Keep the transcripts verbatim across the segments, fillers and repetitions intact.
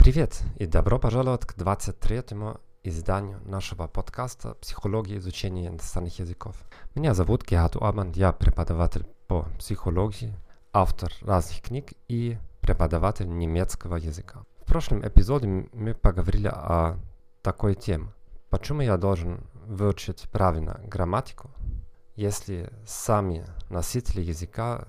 Привет и добро пожаловать к двадцать третьему изданию нашего подкаста «Психология изучения иностранных языков». Меня зовут Герхард Урбан, я преподаватель по психологии, автор разных книг и преподаватель немецкого языка. В прошлом эпизоде мы поговорили о такой теме. Почему я должен выучить правильно грамматику, если сами носители языка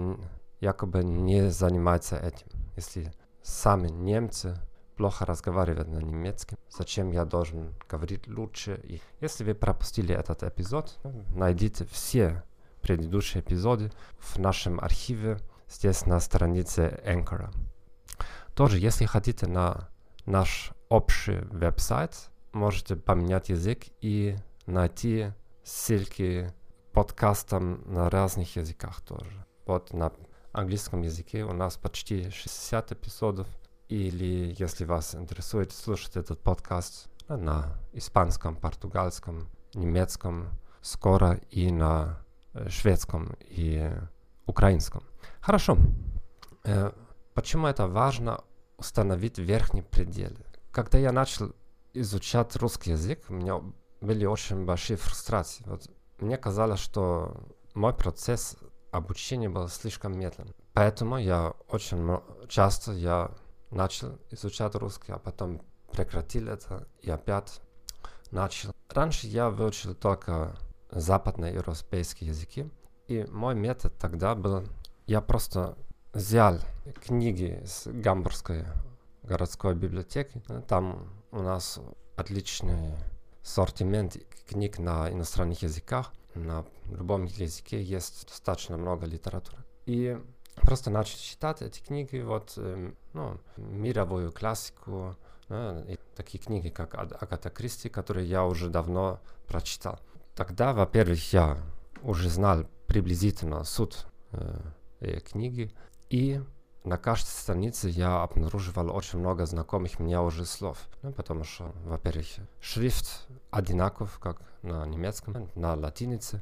якобы не занимаются этим? Если сами немцы плохо разговаривают на немецком, зачем я должен говорить лучше? И если вы пропустили этот эпизод, найдите все предыдущие эпизоды в нашем архиве здесь на странице Anchor. Тоже, если хотите на наш общий веб-сайт, можете поменять язык и найти ссылки к подкастам на разных языках тоже. Вот на английском языке у нас почти шестьдесят эпизодов. Или, если вас интересует слушать этот подкаст на испанском, португальском, немецком, скоро и на шведском и украинском. Хорошо. Э, почему это важно установить верхний предел? Когда я начал изучать русский язык, у меня были очень большие фрустрации. Вот мне казалось, что мой процесс обучения был слишком медленным. Поэтому я очень часто я начал изучать русский, а потом прекратил это и опять начал. Раньше я выучил только западноевропейские языки, и мой метод тогда был, я просто взял книги с Гамбургской городской библиотеки, там у нас отличный ассортимент книг на иностранных языках, на любом языке есть достаточно много литературы. И просто начал читать эти книги, вот, э, ну, мировую классику, э, и такие книги, как Агата Кристи, которые я уже давно прочитал. Тогда, во-первых, я уже знал приблизительно суть э, э, книги, и на каждой странице я обнаруживал очень много знакомых мне уже слов, ну, потому что, во-первых, шрифт одинаков, как на немецком, на латинице,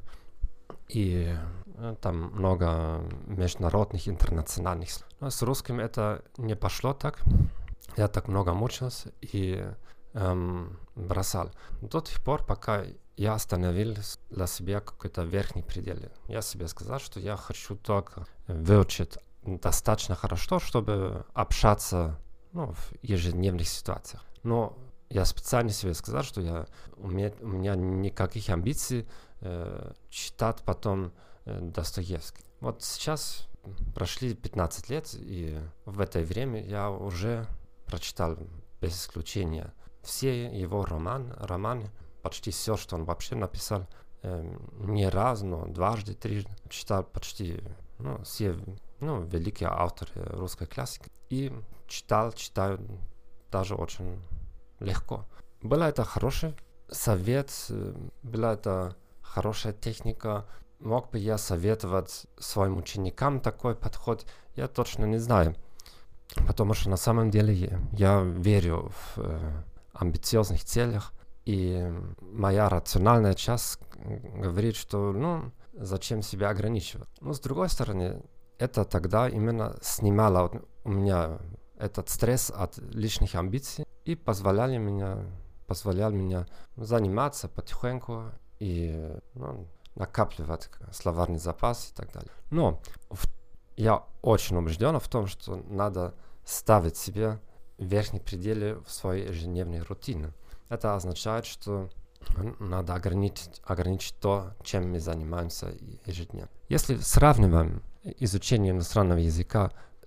и э, там много международных, интернациональных слов. Но с русским это не пошло так. Я так много мучился и эм, бросал. До тех пор, пока я остановил для себя какой-то верхний предел. Я себе сказал, что я хочу только выучить достаточно хорошо, чтобы общаться, ну, в ежедневных ситуациях. Но я специально себе сказал, что я, у, меня, у меня никаких амбиций э, читать потом э, Достоевский. Вот сейчас прошли пятнадцать лет, и в это время я уже прочитал без исключения все его роман, романы, почти все, что он вообще написал. Э, не раз, но дважды, трижды читал почти, ну, все, ну, великие авторы русской классики. И читал, читаю даже очень легко. Была это хороший совет, была это хорошая техника. Мог бы я советовать своим ученикам такой подход? Я точно не знаю. Потому что на самом деле я, я верю в э, амбициозных целях. И моя рациональная часть говорит, что, ну, зачем себя ограничивать. Но с другой стороны, это тогда именно снимало у меня этот стресс от лишних амбиций и позволяли меня, позволял меня заниматься потихоньку и, ну, накапливать словарный запас и так далее. Но в, я очень убежден в том, что надо ставить себе верхние пределы в своей ежедневной рутине. Это означает, что надо ограничить, ограничить то, чем мы занимаемся ежедневно. Если сравниваем изучение иностранного языка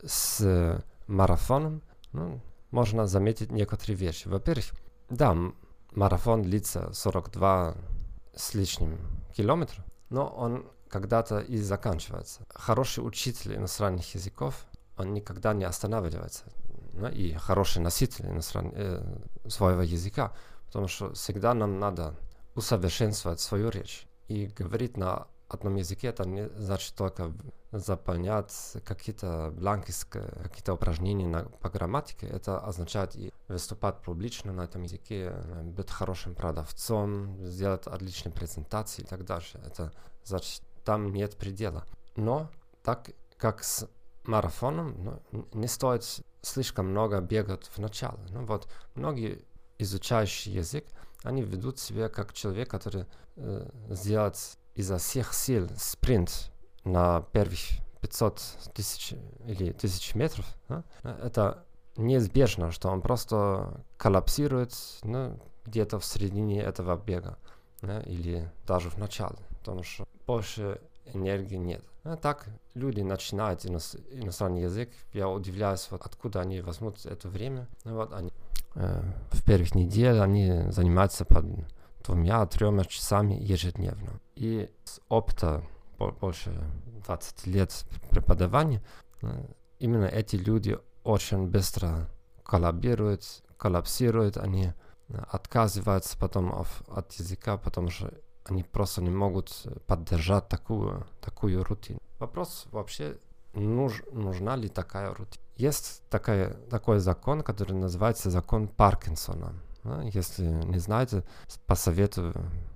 с марафоном, ну, можно заметить некоторые вещи. Во-первых, да, марафон длится сорок два с лишним километра, но он когда-то и заканчивается. Хороший учитель иностранных языков, он никогда не останавливается. Ну, и хороший носитель иностран... э, своего языка, потому что всегда нам надо усовершенствовать свою речь. И говорить на одном языке это не значит только заполнять какие-то бланки, какие-то упражнения на, по грамматике. Это означает и выступать публично на этом языке, быть хорошим продавцом, сделать отличные презентации и так дальше. Это значит, там нет предела. Но так как с марафоном, ну, не стоит слишком много бегать в начале. Ну, вот многие изучающие язык, они ведут себя как человек, который э, сделает изо всех сил спринт на первых пятьсот тысяч или тысяч метров. Да? Это неизбежно, что он просто коллапсирует, ну, где-то в середине этого бега, да? Или даже в начале, потому что больше энергии нет. А так люди начинают инос- иностранный язык, я удивляюсь, вот откуда они возьмут это время. Ну, вот они э, в первых неделях они занимаются по двумя-тремя часами ежедневно. И с опыта больше двадцати лет преподавания э, именно эти люди очень быстро коллабируют, коллапсируют, они отказываются потом от, от языка, потому что они просто не могут поддержать такую, такую рутину. Вопрос вообще, нуж, нужна ли такая рутина? Есть такая, такой закон, который называется закон Паркинсона. Если не знаете, посоветую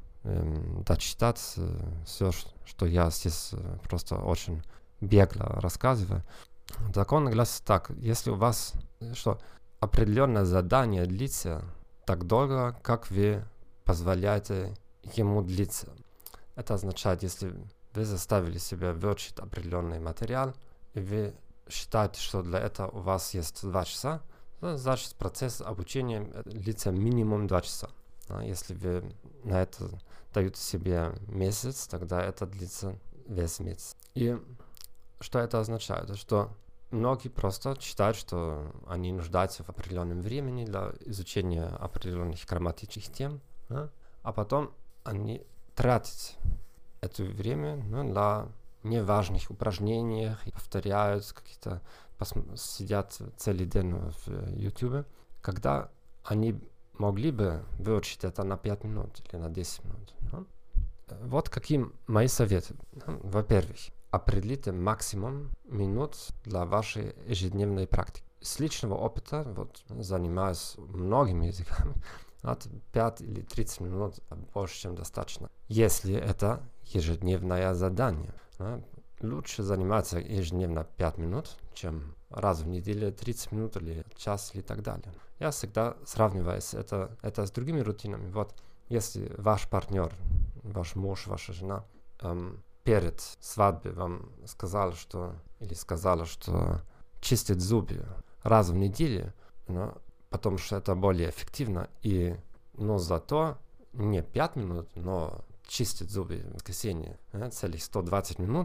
эм, дочитать э, все, что я здесь э, просто очень бегло рассказываю. Закон гласит так: если у вас что, определенное задание длится так долго, как вы позволяете ему длиться. Это означает, если вы заставили себя выучить определенный материал, и вы считаете, что для этого у вас есть два часа, то значит процесс обучения длится минимум два часа. А если вы на это даете себе месяц, тогда это длится весь месяц. И что это означает? Что многие просто считают, что они нуждаются в определенном времени для изучения определенных грамматических тем, да? А потом они тратят это время, ну, для неважных упражнений, повторяют какие-то, посм- сидят целый день в YouTube, когда они могли бы выучить это на пять минут или на десять минут. Да? Вот какие мои советы. Во-первых, определите максимум минут для вашей ежедневной практики. С личного опыта, вот, занимаюсь многими языками, от пять или тридцать минут больше, чем достаточно. Если это ежедневное задание. Да? Лучше заниматься ежедневно пять минут, чем раз в неделю тридцать минут или час или так далее. Я всегда сравниваю это, это с другими рутинами. Вот, если ваш партнер, ваш муж, ваша жена эм, перед свадьбой вам сказал, что, или сказала, что чистит зубы раз в неделю, но потому что это более эффективно, и, но зато не пять минут, но чистить зубы в воскресенье, э, целых сто двадцать минут,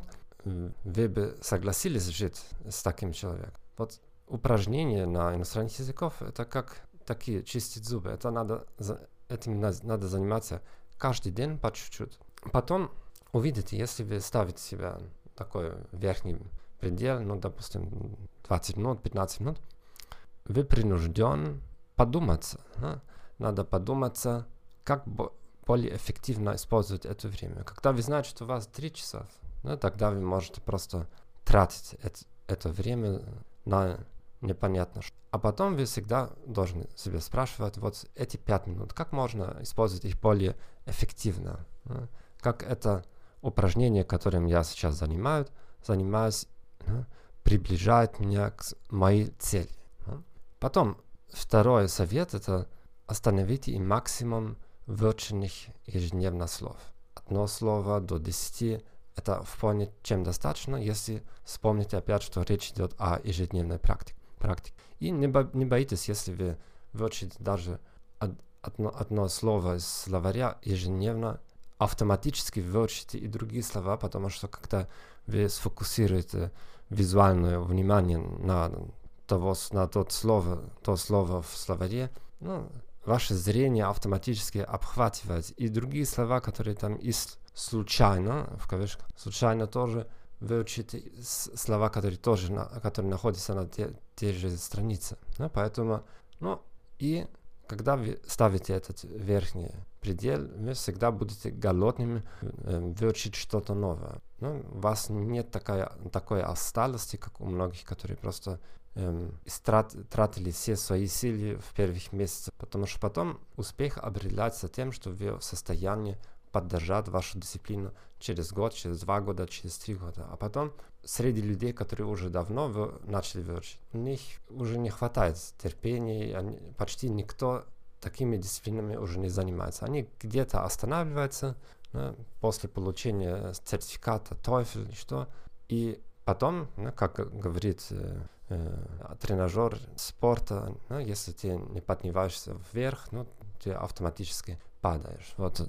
вы бы согласились жить с таким человеком. Вот упражнения на иностранных языков, это как такие чистить зубы. Это надо, этим надо заниматься каждый день по чуть-чуть. Потом увидите, если вы ставите себя такой верхний предел, ну, допустим, двадцать минут, пятнадцать минут, вы принужден подуматься. Да? Надо подуматься, как бо- более эффективно использовать это время. Когда вы знаете, что у вас три часа, да, тогда вы можете просто тратить это, это время на непонятно что. А потом вы всегда должны себе спрашивать, вот эти пять минут, как можно использовать их более эффективно. Да? Как это упражнение, которым я сейчас занимаюсь, занимаюсь, да, приближает меня к моей цели. Да? Потом, второй совет – это остановите и максимум выученных ежедневно слов. Одно слово до десяти – это вполне чем достаточно, если вспомните опять, что речь идет о ежедневной практике. практике. И не, бо- не боитесь, если вы выучите даже од- одно, одно слово из словаря ежедневно, автоматически выучите и другие слова, потому что когда вы сфокусируете визуальное внимание на того, на тот слово, то слово в словаре, ну, ваше зрение автоматически обхватывает и другие слова, которые там есть случайно, в кавычках, случайно тоже выучите слова, которые тоже на, которые находятся на те, те же странице. Да? Поэтому, ну, и когда вы ставите этот верхний предел, вы всегда будете голодными э, выучить что-то новое. Ну, у вас нет такая, такой усталости, как у многих, которые просто эм, истрат, тратили все свои силы в первых месяцах, потому что потом успех определяется тем, что вы в состоянии поддержать вашу дисциплину через год, через два года, через три года. А потом среди людей, которые уже давно вы, начали выучить, у них уже не хватает терпения, они, почти никто такими дисциплинами уже не занимается. Они где-то останавливаются, да, после получения сертификата TOEFL, что, и потом, да, как говорит э, э, тренажер спорта, да, если ты не поднимаешься вверх, ну, ты автоматически падаешь. Вот.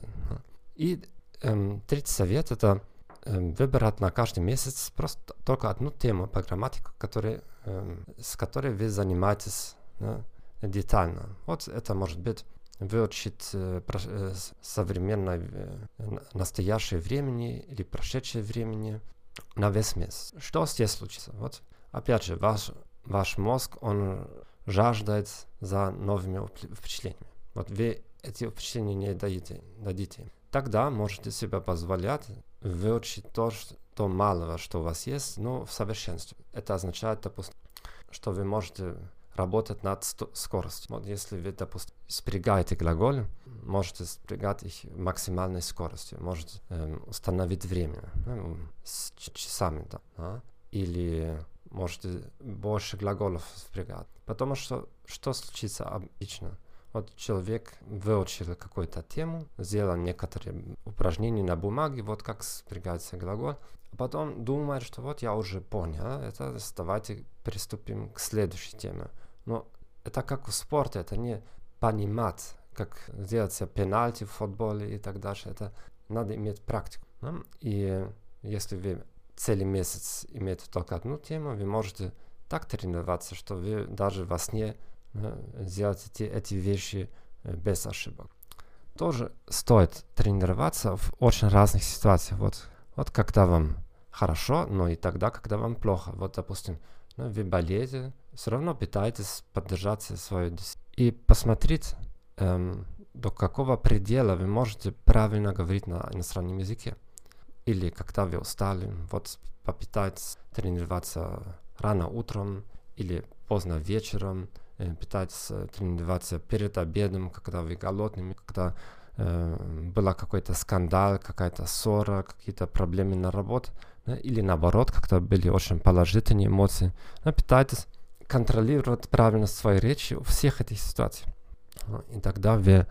И эм, третий совет — это эм, выбирать на каждый месяц просто только одну тему по грамматике, который, эм, с которой вы занимаетесь, да, детально. Вот это может быть выучить э, про, э, современное э, настоящее времени или прошедшее времени на весь месяц. Что здесь случится? Вот опять же, ваш, ваш мозг, он жаждает за новыми впечатлениями. Вот вы эти впечатления не дадите, дадите. Тогда можете себе позволять выучить то, что, то малого, что у вас есть, но в совершенстве. Это означает, допустим, что вы можете работать над скоростью. Вот если вы, допустим, спрягаете глаголы, можете спрягать их максимальной скоростью. Можете эм, установить время, ну, с часами, да, да? Или можете больше глаголов спрягать. Потому что что случится обычно? Вот человек выучил какую-то тему, сделал некоторые упражнения на бумаге, вот как спрягается глагол, а потом думает, что вот я уже понял, это давайте приступим к следующей теме. Но это как в спорте, это не понимать, как делать пенальти в футболе и так дальше. Это надо иметь практику. Да? И если вы целый месяц имеете только одну тему, вы можете так тренироваться, что вы даже во сне, да, делаете эти, эти вещи без ошибок. Тоже стоит тренироваться в очень разных ситуациях. Вот, вот когда вам хорошо, но и тогда, когда вам плохо. Вот, допустим, ну, вы болеете, все равно пытаетесь поддержать свою дисциплину. И посмотреть, эм, до какого предела вы можете правильно говорить на иностранном языке. Или когда вы устали, вот попытайтесь тренироваться рано утром или поздно вечером, э, пытайтесь тренироваться перед обедом, когда вы голодными, когда э, был какой-то скандал, какая-то ссора, какие-то проблемы на работе. Или наоборот, когда были очень положительные эмоции. Но пытайтесь контролировать правильность своей речи в всех этих ситуациях. И тогда вы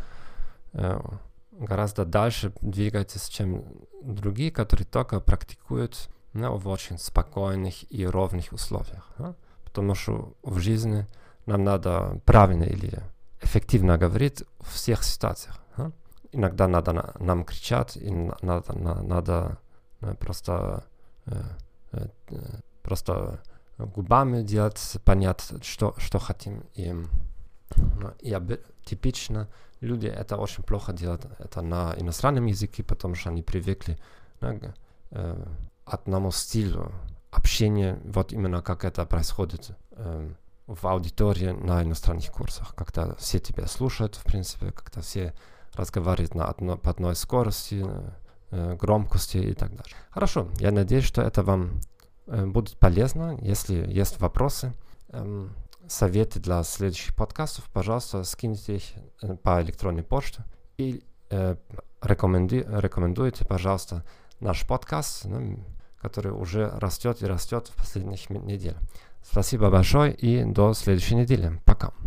э, гораздо дальше двигаетесь, чем другие, которые только практикуют, ну, в очень спокойных и ровных условиях. Да? Потому что в жизни нам надо правильно или эффективно говорить в всех ситуациях. Да? Иногда надо на, нам кричать, и надо, на, надо э, просто... просто губами делать, понять, что, что хотим. И, и типично люди это очень плохо делают это на иностранном языке, потому что они привыкли, да, э, одному стилю общения, вот именно как это происходит э, в аудитории на иностранных курсах, когда все тебя слушают, в принципе, когда все разговаривают на одно, по одной скорости, э, громкости и так далее. Хорошо, я надеюсь, что это вам будет полезно. Если есть вопросы, эм, советы для следующих подкастов, пожалуйста, скиньте их по электронной почте и э, рекоменду, рекомендуйте, пожалуйста, наш подкаст, ну, который уже растет и растет в последних неделях. Спасибо большое и до следующей недели. Пока.